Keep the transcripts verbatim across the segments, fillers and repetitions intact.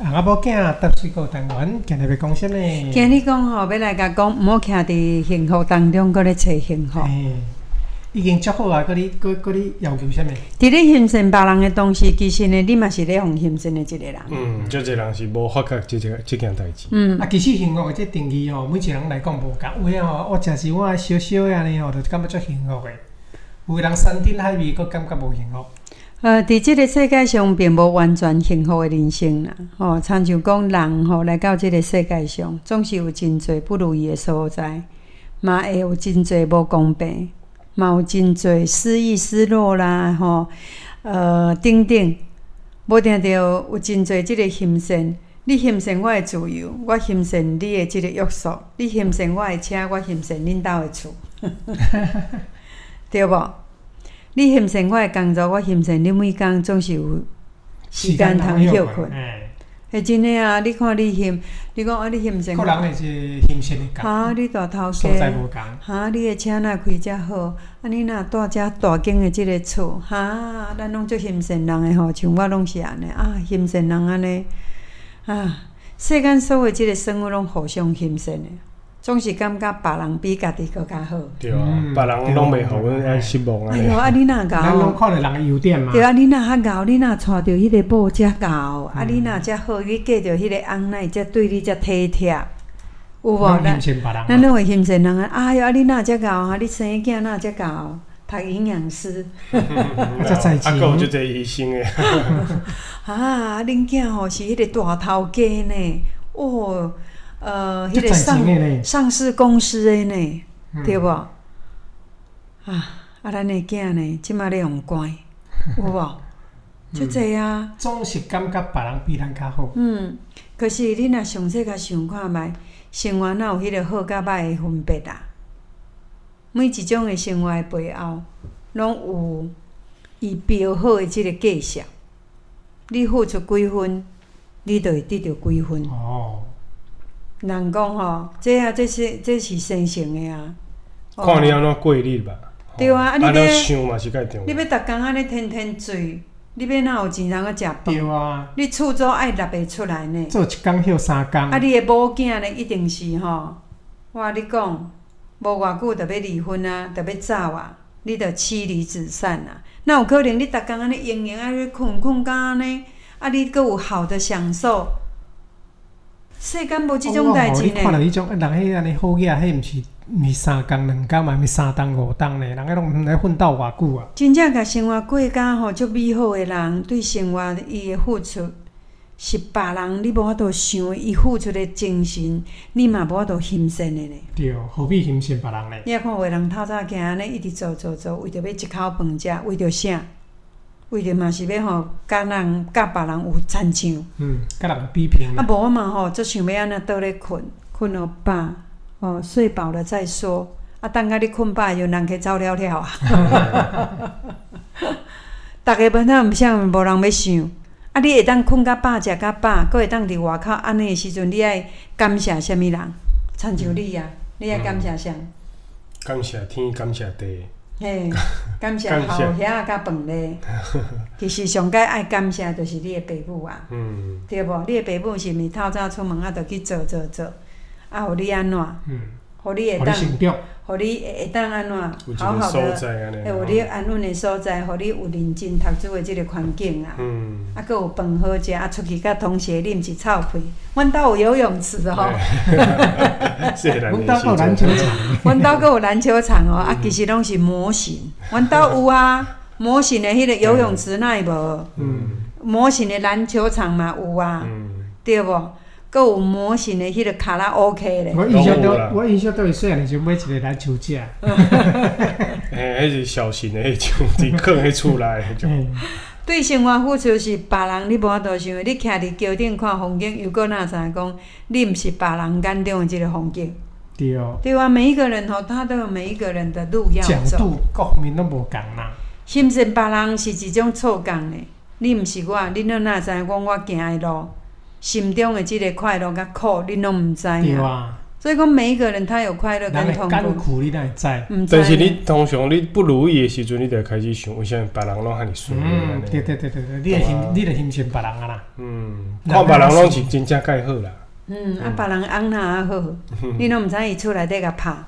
人阿某囝搭水果单元，今日要讲什么？ 今日讲吼，要来甲讲，毋好徛伫幸福当中，搁咧找幸福。 欸、已经足好啊！搁你搁搁你要求什么？ 伫咧欣赏别人的东西，其实呢，你嘛是咧互欣赏的一个人。 嗯，足侪人是无发觉即个即件代志。 嗯， 啊，其实幸福的这定义吼，每一个人来讲无共。有诶吼，我食一碗小小的安尼吼，就感觉足幸福的。有诶人山珍海味，佫感觉无幸福。 呃，伫即个世界上，并无完全幸福的人生啦。吼、哦，亲像讲人吼来到即个世界上，总是有真侪不如意的所在，嘛会有真侪无公平，嘛有真侪失意、失落啦，吼、呃，等等，无定着有真侪即个欣赏。你欣赏我的自由，我欣赏你的即个约束；你欣赏我的车，我欣赏恁兜的厝，对无？你欣赏我的工作，我欣赏你每工总是有时间通休困。诶，真诶啊！你看你欣，你讲啊，你欣赏。 个人诶是欣赏诶感。 哈，你大头家。 所在无共。 哈，你诶车哪开遮好？啊，你若住遮大间诶即个厝，哈，咱拢足欣赏人诶吼，像我拢是安尼啊，欣赏人安尼啊，世间所有即个生物拢互相欣赏诶。总是感觉别人比家己更较好。 对啊，别人拢袂互阮安失望啊。 哎呦，啊你若搞， 咱拢看到人的优点嘛。 对啊，你若较搞，你若娶到迄个某遮搞，啊你若遮好，你嫁着迄个翁，乃会遮对你遮体贴，有无？ 咱欣赏别人。 咱拢会欣赏人啊！哎呦，啊你若遮搞啊，你生囝若遮搞，读营养师， 遮才钱。 啊，还有即个医生诶。 啊，恁囝吼是迄个大头家呢，哦。呃，迄、那个上上市公司的呢，嗯、对无？啊，啊，咱的囝呢，即马咧用乖，有无？足济啊！ 总是感觉别人比咱较好。 嗯，可是你若详细甲想看觅，生活哪有迄个好甲歹的分别啊？每一种的生活的背后，拢有伊标好的即个计数。你付出几分，你就会得到几分。 哦。 人讲吼，这啊，这是这是生成的啊。 看你安怎过日吧。 对啊，啊你要想嘛是介重要。 你要逐工安尼天天醉，你要哪有钱通个食饭？ 对啊。 你厝租爱纳袂出来呢。 做一工休三工。 啊，你的某囝呢，一定是吼，我甲你讲，无偌久就要离婚啊，就要走啊，你着妻离子散啊。哪有可能你逐工安尼营营啊，你困困甲安尼，啊，你阁有好的享受？世间无即种代志呢。 你看到迄种人迄安尼好嘢，迄毋是毋是三工两工嘛，毋是三冬五冬呢，人迄拢来奋斗偌久啊！ 真正甲生活过甲吼足美好诶人，对生活伊诶付出，是别人你无法度想伊付出诶精神，你嘛无法度欣赏诶呢。 对，何必欣赏别人呢？ 你看有诶人透早起安尼一直做做做，为着要一口饭食，为着啥？为着嘛是要吼，甲人甲别人有亲像， 嗯，甲人比拼。 啊，无我嘛吼，足想要安尼倒咧困，困互饱，哦，睡饱了再说。啊，等下你困饱，就人去走了了啊。逐个本来毋啥无人要想，啊，你会当困甲饱，食甲饱，阁会当伫外口安尼诶时阵，你爱感谢啥物人？亲像你啊，你爱感谢啥？ 感谢天，感谢地。 嘿，感谢后兄仔甲饭咧。其实上解爱感谢，就是你的爸母啊，嗯、对无？你的爸母是毋是透早出门啊，就去做做做，啊，互你安怎？嗯，互你会当，互你会当安怎？好好的，会有你安稳的所在，互你有认真读书的即个环境啊。嗯，啊，阁有饭好食，啊，出去甲同学啉一臭屁。阮兜有游泳池吼。 阮兜有篮球场。 阮兜阁有篮球场哦，啊，其实拢是模型。阮兜有啊，模型的迄个游泳池哪会无？嗯。模型的篮球场嘛有啊，对无？阁有模型的迄个卡拉 OK 咧。 我印象中，我印象中伊细汉时买一个篮球架。 嘿，迄是小型的迄种，伫放喺厝内迄种。 对生活付出是别人你无法度想的，你徛伫桥顶看风景，又搁哪知影讲你毋是别人眼中的即个风景？ 对哦。 对啊，每一个人吼，他都有每一个人的路要走。 角度各方面都无共啦。 欣赏别人是一种错觉的，你毋是我，你拢哪知影讲我行的路，心中的即个快乐甲苦，你拢毋知影。 对啊。 所以讲每一个人他有快乐人的跟痛苦， 甘苦你哪会知？ 唔知但是你通常你不如意的时阵，你就会开始想，为啥别人拢遐尼顺利嗯， 安尼？ 对对对对对，你会欣，你会欣赏别人啊啦。 嗯，看别人拢是真正介好啦。 嗯，啊，别人翁哪啊好，你拢毋知伊厝内底甲拍，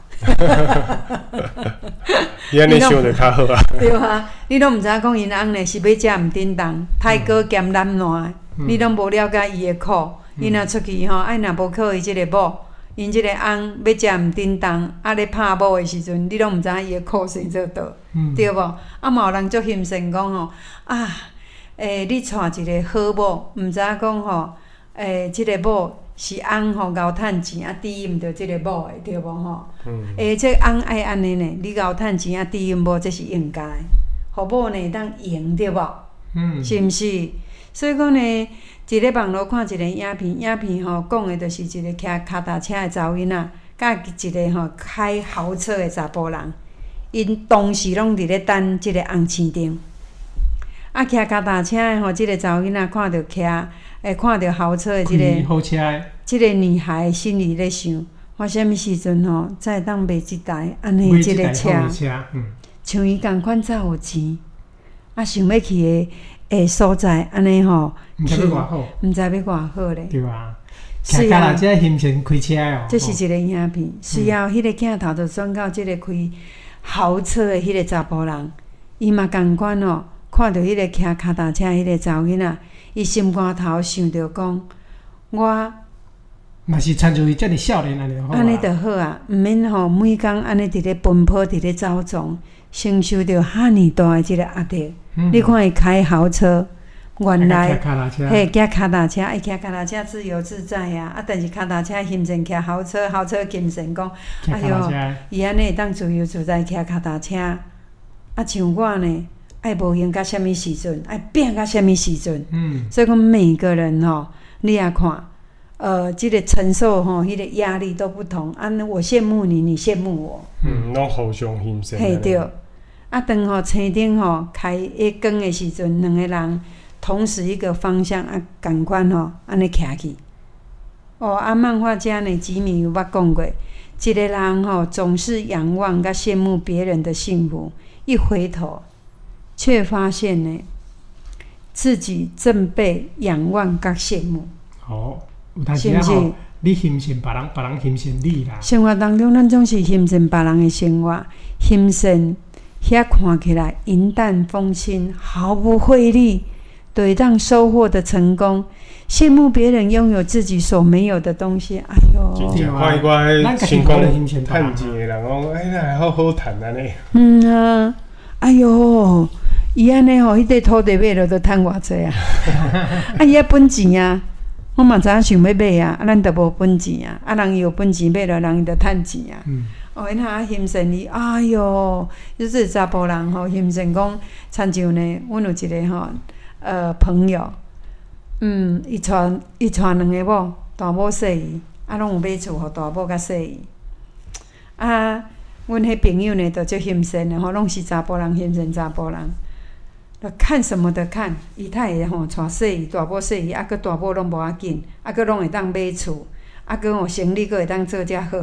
你安尼想就较好啊。 对啊，你拢毋知讲因翁呢是要食毋叮当，太高兼懒惰，你拢无了解伊的苦。伊若出去吼，爱若无靠伊即个某，因即个翁要食毋叮当，啊咧拍某的时阵，你拢毋知影伊的苦生做倒，对无？啊嘛有人足欣赏讲吼，啊，诶，你娶一个好某，毋知影讲吼，诶，即个某是翁吼熬趁钱啊，抵毋着即个某的，对无吼？诶，即翁爱安尼呢，你熬趁钱啊，抵因某，这是应该，互某呢当赢，对无？嗯，是毋是？所以讲呢。一个网络看一个影片，影片吼讲的就是一个骑脚踏车的查某囡仔，甲一个吼开豪车的查甫人，因同时拢伫咧等即个红青灯。啊，骑脚踏车的吼，即个查某囡仔看到骑，诶，看到豪车的即个好车的， 即个女孩心里咧想，我啥物时阵吼才会当买一台安尼即个车，像伊共款才有钱，啊，想要去的。诶，所在安尼吼， 毋知要偌好， 毋知要偌好咧， 对啊。骑脚踏车欣赏开车哦， 这是一个影片。需要迄个镜头就转到即个开豪车的迄个查甫人，伊嘛共款哦，看到迄个骑脚踏车迄个查某囡仔，伊心肝头想着讲，我嘛是参照伊遮尔少年安尼就好啊。 安尼就好啊，毋免吼每工安尼伫咧奔波，伫咧走总，承受着遐尼大的即个压力。嗯、你看伊开豪车，原来嘿骑脚踏车，伊骑脚踏车自由自在呀、啊。啊，但是脚踏车形成骑豪车，豪车形成讲，哎哟，伊安尼会当自由自在骑脚踏车。啊，像我呢，爱无闲到啥物时阵，爱拼到啥物时阵。嗯。所以讲每个人吼、喔，你也看，呃，即、这个承受吼，迄、那个压力都不同。啊，我羡慕你，你羡慕我。 嗯，拢互相欣赏。 嘿对。啊，当吼青灯吼开迄光的时阵，两个人同时一个方向啊，共款吼安尼徛去。哦，啊，漫画家呢，吉米有捌讲过，一个人吼总是仰望甲羡慕别人的幸福，一回头，却发现呢，自己正被仰望甲羡慕。 哦，有当时啊吼，你欣赏别人，别人欣赏你啦。 生活当中，咱总是欣赏别人的生活，欣赏。遐看起来云淡风轻、毫不费力，就会当收获的成功，羡慕别人拥有自己所没有的东西。哎呦， 看伊我迄成功趁钱的人讲，哎呀，好好趁安尼。 嗯啊，哎呦，伊安尼吼，迄块土地买了都趁偌济啊！啊，伊爱本钱啊，我嘛知影想要买啊，啊，咱都无本钱啊，啊，人有本钱买了，人伊就趁钱啊。嗯哦，因下欣赏你，哎哟，就是查甫人吼，欣赏讲，参像呢，阮有一个吼，呃，朋友，嗯，伊带伊带两个某，大某细姨，啊，拢有买厝互大某甲细姨。啊，阮迄朋友呢，就足欣赏的吼，拢是查甫人欣赏查甫人，就看什么的看，伊太会吼带细姨、大某细姨，啊，佮大某拢无要紧，啊，佮拢会当买厝。啊，佮我生理，佮会当做遮好。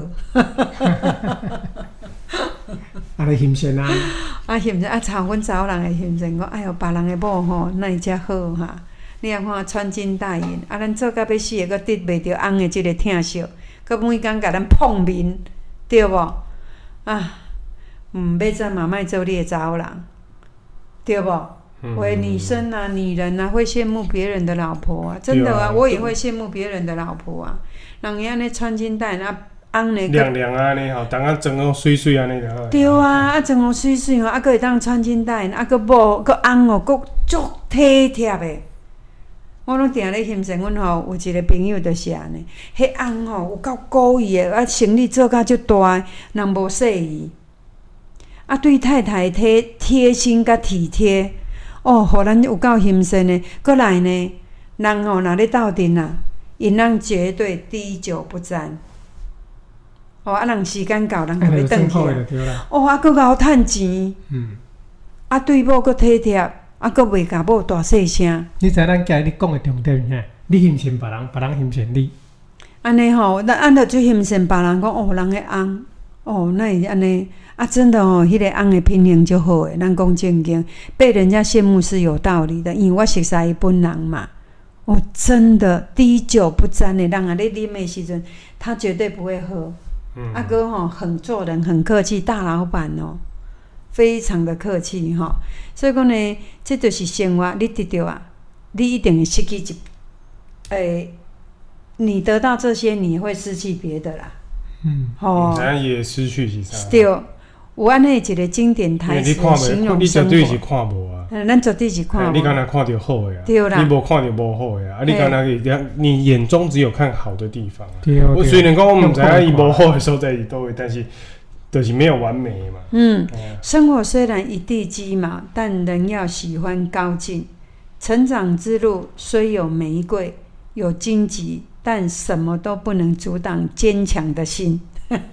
啊，你欣赏啊？ 啊，欣赏啊，像阮查某人会欣赏讲，哎哟，别人的某吼，哪会遮好哈？你啊看穿金戴银，啊，咱做到要死，佮得袂着翁的即个疼惜，佮每工甲咱碰面，对无？啊，嗯，要怎嘛莫做你的查某人，对无？为女生啊，女人啊，会羡慕别人的老婆啊，真的啊，我也会羡慕别人的老婆啊。人伊安尼穿金戴银啊，翁呢亮亮安尼吼，当啊装好水水安尼就好。 对啊，啊装好水水吼，啊，佮会当穿金戴银，啊，佮某佮翁哦，佮足体贴的。我拢定咧欣赏，阮吼有一个朋友就是安尼，迄翁吼有够故意的，啊，生理做甲足大，人无细伊，啊，对太太贴贴心甲体贴。哦，互咱有够欣赏的，过来呢，人吼若咧斗阵啊，因人绝对滴酒不沾。哦，啊，人时间到，人就要转去啊。哦，啊，佫熬趁钱。嗯。啊，对某佫体贴，啊，佫袂甲某大细声。 你知咱今日讲的重点啥？你欣赏别人，别人欣赏你。 安尼吼，咱按着就欣赏别人讲哦，人的翁哦，那会安尼啊，真的哦，迄、那个翁的品行就好诶。咱讲正经，被人家羡慕是有道理的，因为我熟悉伊本人嘛。哦，真的滴酒不沾的人啊，咧啉的时阵，他绝对不会喝。嗯、阿哥吼很做人很客气，大老板哦，非常的客气吼。所以讲呢，这就是生活，你得到啊，你一定会失去一，诶、欸，你得到这些，你会失去别的啦。嗯，吼， 咱也失去是啥？ 对，有安尼一个经典台词形容生活。 你绝对是看无啊。 嗯，咱绝对是看无。 你敢若看到好的啊？ 对啦。 你无看到无好的啊？啊，你敢若你眼中只有看好的地方啊。 对。 我虽然讲我唔知影伊无好的所在是倒位，但是就是没有完美嘛。 嗯，生活虽然一地鸡毛，但人要喜欢高进。成长之路虽有玫瑰，有荆棘，但什么都不能阻挡坚强的心。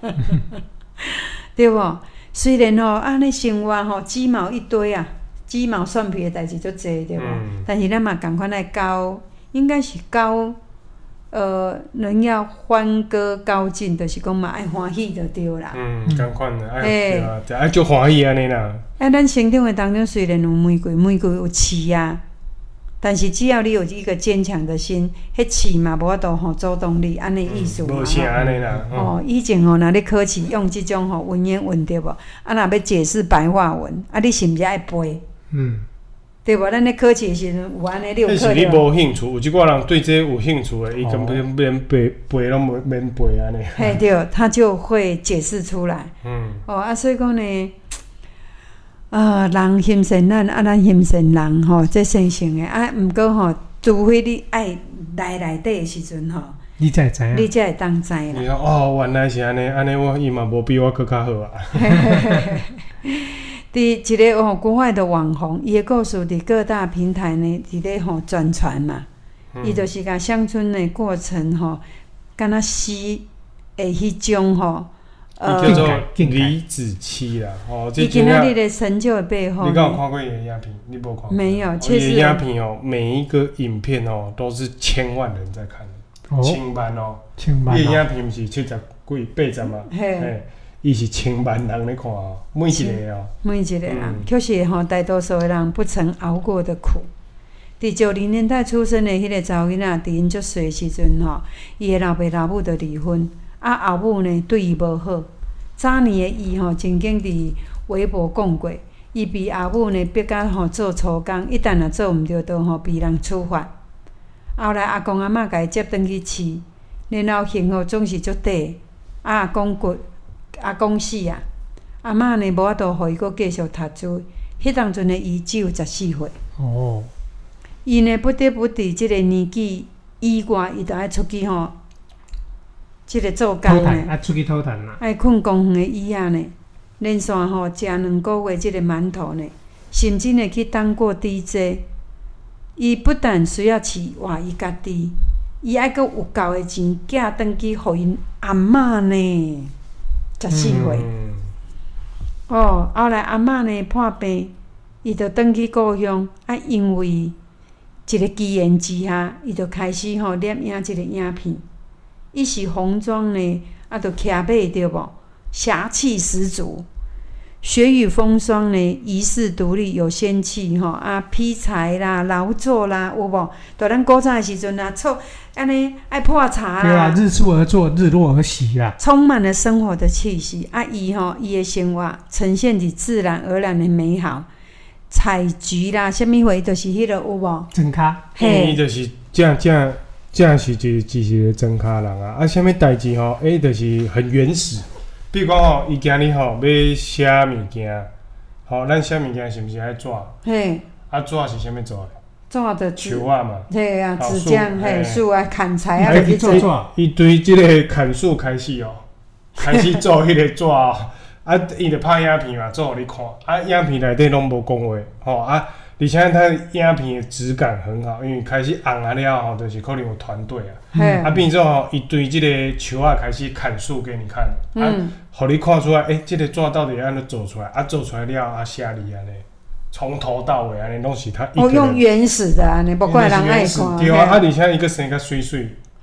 对不？虽然吼安尼生活吼鸡毛一堆啊，鸡毛蒜皮的代志足济，对不？嗯、但是咱嘛赶快来高，应该是高，呃，人要欢歌高进，就是讲嘛爱欢喜就对啦。 嗯，赶快的，哎，就爱足欢喜安尼啦。 哎，咱生长的当中虽然有玫瑰，玫瑰有刺啊。但是只要你有一个坚强的心，迄刺嘛无法度吼阻挡你，安尼意思嘛。 无啥安尼啦。 哦，以前吼，若你考试用即种吼文言文对无？啊，若要解释白话文，啊，你是毋是爱背？嗯，对无？咱咧考试的时阵有安尼，你有考。 但是你无兴趣，有即寡人对这有兴趣的，伊根本免背背拢免背安尼。 嘿，对，他就会解释出来。嗯。哦啊，所以讲呢。啊，人欣赏咱，啊，咱欣赏人吼，这生成的啊。毋过吼，除非你爱来内底的时阵吼， 你才会知影， 你才会当知啦。 你讲哦，原来是安尼，安尼我伊嘛无比我更较好啊。 伫一个吼国外的网红，伊的故事伫各大平台呢，伫咧吼转传嘛。伊、嗯、就是甲乡村的过程吼，敢若诗的迄种吼。 呃，叫做李子柒啦，哦， 伊今仔日的成就的背后， 你敢有看过伊的影片？你无看过？ 没有，确实。 伊的影片哦，每一个影片哦，都是千万人在看，哦、千万哦， 千万。 伊的影片不是七十几、八十嘛？嘿，伊是千万人咧看哦，每一个哦， 每一个啦，确实吼，大多数的人不曾熬过的苦。伫九零年代出生的迄个查某囡仔，伫因足细时阵吼，伊的老爸老母就离婚。啊，后母呢对伊无好，早年的伊吼曾经伫微博讲过，伊被后母呢逼甲吼做粗工，一旦若做毋对，就吼被人处罚。后来阿公阿嬷甲伊接转去饲，然后幸福总是足短。啊，阿公过，阿公死啊，阿嬷呢无法度互伊阁继续读书。迄当阵的伊只有十四岁。哦。伊呢不得不伫即个年纪以外，伊就爱出去吼。即个做工呢， 啊，出去偷谈啦， 爱困公园的椅仔呢，连续吼食两个月即个馒头呢，甚至呢去当过 D J。伊不但需要饲活伊家己，伊还阁有够的钱寄转去互因阿嬷呢，十四岁。嗯、哦，后来阿嬷呢破病，伊就转去故乡，啊，因为一个机缘之下，伊就开始吼摄影即个影片。一袭红装呢，啊，就骑马对无？侠气十足。雪雨风霜呢，遗世独立有仙气吼啊！劈柴啦、劳作啦，有无？在咱古早的时阵啊，错安尼爱破茶啦。 对啊，日出而作，日落而息啦。 充满了生活的气息啊！伊吼伊的生活呈现起自然而然的美好。采菊啦，什么货就是迄个有无？ 真卡。 嘿，伊就是正正。正是一一个真卡人啊！啊，啥物代志吼？诶，就是很原始。比如讲吼，伊今日吼要写物件，吼，咱写物件是毋是爱纸？嘿。啊，纸是啥物做的？ 纸的树啊嘛。 对啊，纸浆嘿，树啊，砍柴啊， 去做纸。 伊对即个砍树开始哦，开始做迄个纸哦。啊，伊就拍影片嘛，做互你看。啊，影片内底拢无讲话，吼啊。而且它影片的质感很好，因为开始红啊了吼，就是可能有团队啊，嗯、啊变做吼一堆即个树啊开始砍树给你看，嗯、啊，互你看出来，诶、欸，即、這個纸到底安怎做出来？啊，做出来了啊，写字安尼，从头到尾安尼拢是他一个人。 哦，用原始的安尼，不怪人爱看。 对啊，啊而且伊个生较水水，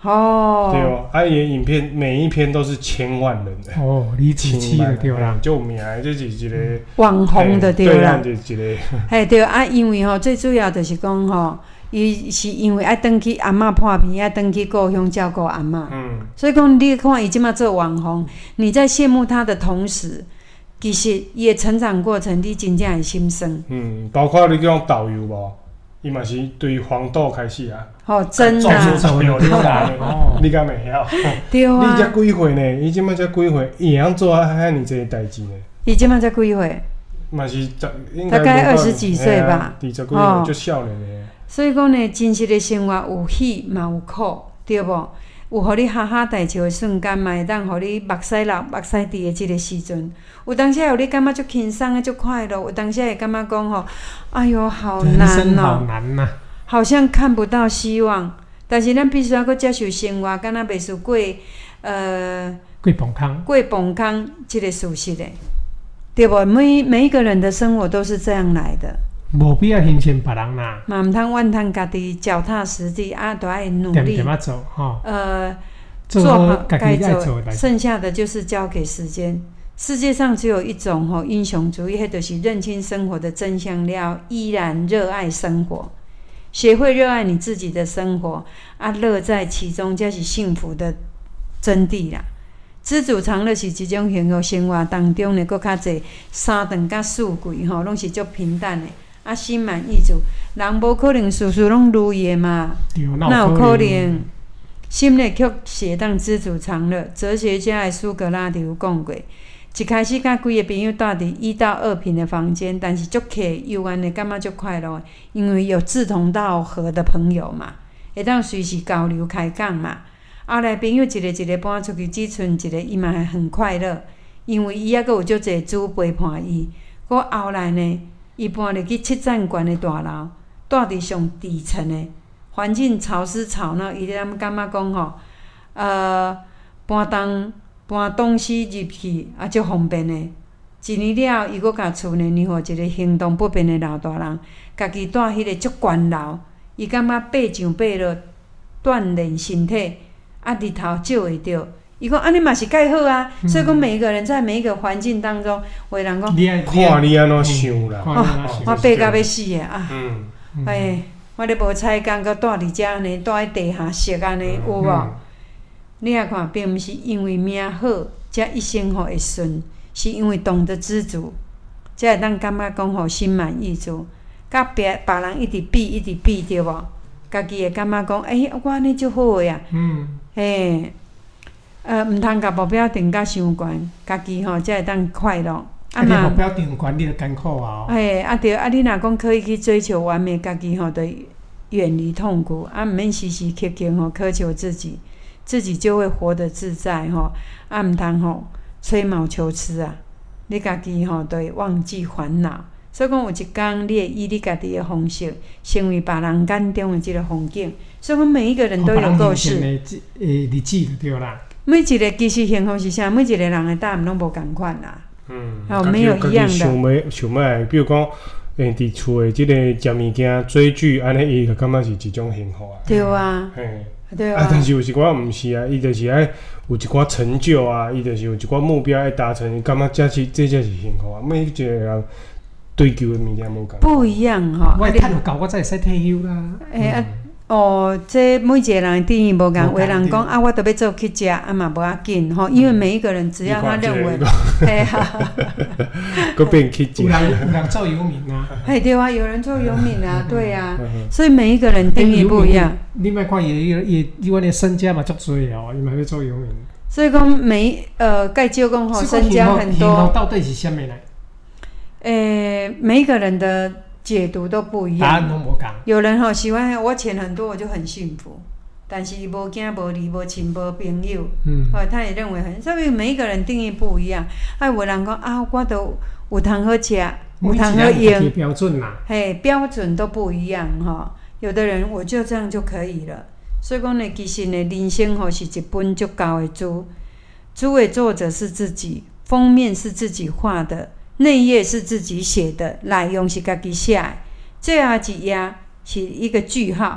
哦， 对哦，啊，伊的影片每一篇都是千万人的。 哦，你支持的对啦， 就有名的，这是一个网红的对啦， 对，就是一个， 嘿对啊，因为吼最主要就是讲吼，伊是因为爱登去阿嬷破病，爱登去故乡照顾阿嬷， 嗯， 所以讲你看伊即马做网红，你在羡慕他的同时，其实伊的成长过程你真正会心酸。 嗯，包括你讲导游无，伊嘛是对黄豆开始啊。 哦，真的、 啊， 走流流啦，你敢袂晓？ 对啊， 你才几岁呢？伊即摆才几岁，伊会晓做啊遐尼济代志呢？ 伊即摆才几岁？ 嘛是大概二十几岁吧， 二十几岁就少年的。 所以讲呢，真实的生活有喜嘛有苦，对无？有互你哈哈大笑的瞬间，嘛会当互你目屎流、目屎滴的即个时阵。有当时互你感觉足轻松、足快乐；有当时会感觉讲吼，哎哟，好难哦、 人生好难呐、啊。 好像看不到希望，但是咱必须要搁接受生活，敢若袂输过呃过崩坑， 过崩坑这个事实的，对不？每每一个人的生活都是这样来的， 无必要欣赏别人啦。 嘛毋通怨叹家己，脚踏实地啊，都爱努力， 点点啊做吼， 呃， 做好该做的，剩下的就是交给时间。世界上只有一种吼英雄主义，迄就是认清生活的真相了，依然热爱生活。学会热爱你自己的生活，啊，乐在其中，才是幸福的真谛啦。知足常乐是一种幸福生活当中呢，搁较济三顿甲四季吼，拢是足平淡的，啊，心满意足。人无可能事事拢如意的嘛，哪有可能？心内却是会当知足常乐。哲学家的苏格拉底有讲过。一开始，甲规个朋友住伫一到二平的房间，但是足客悠安的，感觉足快乐，因为有志同道合的朋友嘛，会当随时交流开讲嘛。后来朋友一个一个搬出去，只剩一个，伊嘛很快乐，因为伊还阁有足侪主陪伴伊。搁后来呢，伊搬入去七赞馆的大楼，住伫上底层的，环境潮湿吵闹，伊咧感觉讲吼，呃，搬东。搬东西入去也足方便的。一年了，伊阁甲厝呢让互一个行动不便的老大人，家己住迄个足悬楼，伊感觉爬上爬落，锻炼身体，啊日头照会着。伊讲安尼嘛是介好啊，嗯、所以讲每一个人在每一个环境当中，有人讲， 看你安怎想啦， 哦，我爬到要死的啊！ 嗯， 哎，我咧无采工，阁住伫遮安尼，住喺地下室安尼，有无？嗯你来看，并毋是因为命好，才一生吼会顺，是因为懂得知足，才会当感觉讲吼心满意足。甲别别人一直比，一直比，对无？家己会感觉讲，诶、欸，我安尼足好呀。嗯。嘿，呃，毋通甲目标定甲伤悬，家己吼才会当快乐。 啊嘛，目标定悬，你就艰苦啊。 嘿，啊对，啊你若讲可以去追求完美，家己吼就远离痛苦，啊毋免时时刻刻吼苛求自己。自己就会活得自在吼，啊毋通吼吹毛求疵啊！你家己吼就会忘记烦恼。所以讲有一天，你会以你家己的方式，成为别人眼中的这个风景。所以讲每一个人都有故事。 诶，日子就对啦。 每一个其实幸福是啥？每一个人的答案拢无共款啦。 嗯。 哦，没有一样的。 想要想要，比如讲，诶，伫厝的即个食物件、追剧，安尼伊就感觉是一种幸福啊。 对啊。 嘿。 对啊， 啊，但是有一寡毋是啊，伊就是爱有一寡成就啊，伊就是有一寡目标爱达成，伊感觉这是这才是幸福啊。每一个人追求的物件无共。不一样吼， 我趁有够，我才会使退休啦。 诶啊，哦，这每一个人的定义无共，有人讲啊，我都要做去食，啊嘛无要紧吼，因为每一个人只要他认为，嘿啊， 佮变去食。 有人有人做游民啊。 嘿对啊，有人做游民啊，对啊，所以每一个人定义不一样。 你莫看伊伊伊阮的身家嘛足多哦，伊嘛要做游民。 所以讲每呃，介少讲吼，身家很多。 幸福到底是啥物呢？ 诶，每一个人的解读都不一样。 答案都无共。 有人吼喜欢我钱很多，我就很幸福。但是无囝无儿无亲无朋友，嗯，哦，他也认为很，所以每一个人定义不一样。啊，有人讲啊，我都有通好食，有通好用， 标准啦， 嘿，标准都不一样哈。有的人我就这样就可以了。所以讲呢，其实呢，人生吼是一本足厚的书，书的作者是自己，封面是自己画的，内页是自己写的，内容是家己写的，最后一页是一个句号。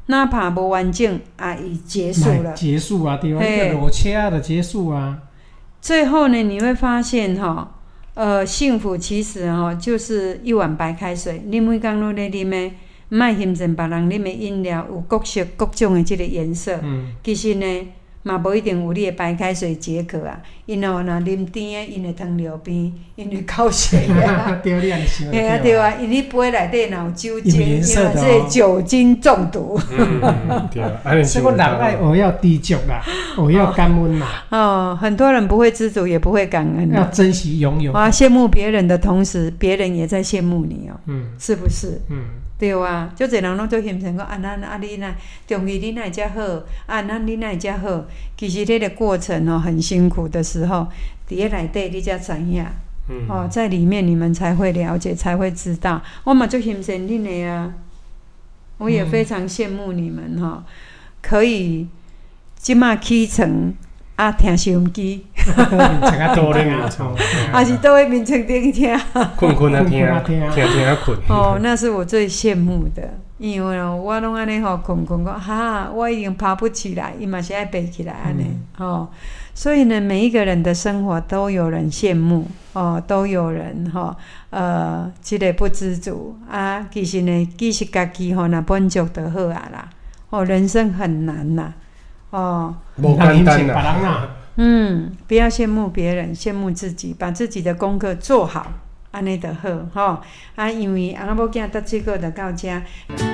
哪怕无完整啊，已结束了， 结束啊，对啊，那个裸切啊的结束啊。 最后呢，你会发现哈，呃，幸福其实哈就是一碗白开水，你每工拢咧啉的，莫嫌嫌别人啉的饮料有各式各种的这个颜色， 嗯， 其实呢。嘛无一定有你的白开水解渴啊，因为若啉甜的，因会糖尿病，因为高血压。 对，你安尼想对啊对啊，因为杯内底若有酒精，因为这是酒精中毒。 嗯，对啊，安尼所以人爱学要知足啦，学要感恩啦。 哦，很多人不会知足，也不会感恩， 要珍惜拥有。 啊，羡慕别人的同时，别人也在羡慕你哦。 嗯， 是不是？ 嗯。 对啊，足侪人拢做嫌嫌讲啊，咱啊你呐，中医你哪会遮好？啊，咱你哪会遮好？其实这个过程哦，很辛苦的时候，伫咧内底你才知影。嗯。哦，在里面你们才会了解，才会知道。我嘛足嫌嫌恁的啊，我也非常羡慕你们哈、哦，可以即马起床啊听收音机， 多咧面床， 还是倒喺面床顶听， 困困啊听，听听啊困。 哦，那是我最羡慕的，因为哦，我拢安尼吼困困讲，哈，我已经爬不起来，伊嘛是爱爬起来安尼，嗯、哦，所以呢，每一个人的生活都有人羡慕，哦，都有人哈、哦，呃，即、這個不知足啊，其實呢，其實家己吼，若滿足就好啊啦，哦，人生很難啦。哦， 不简单啦。 嗯，不要羡慕别人，羡慕自己，把自己的功课做好，安尼就好吼。啊，因为翁仔某囝搭这个就到这。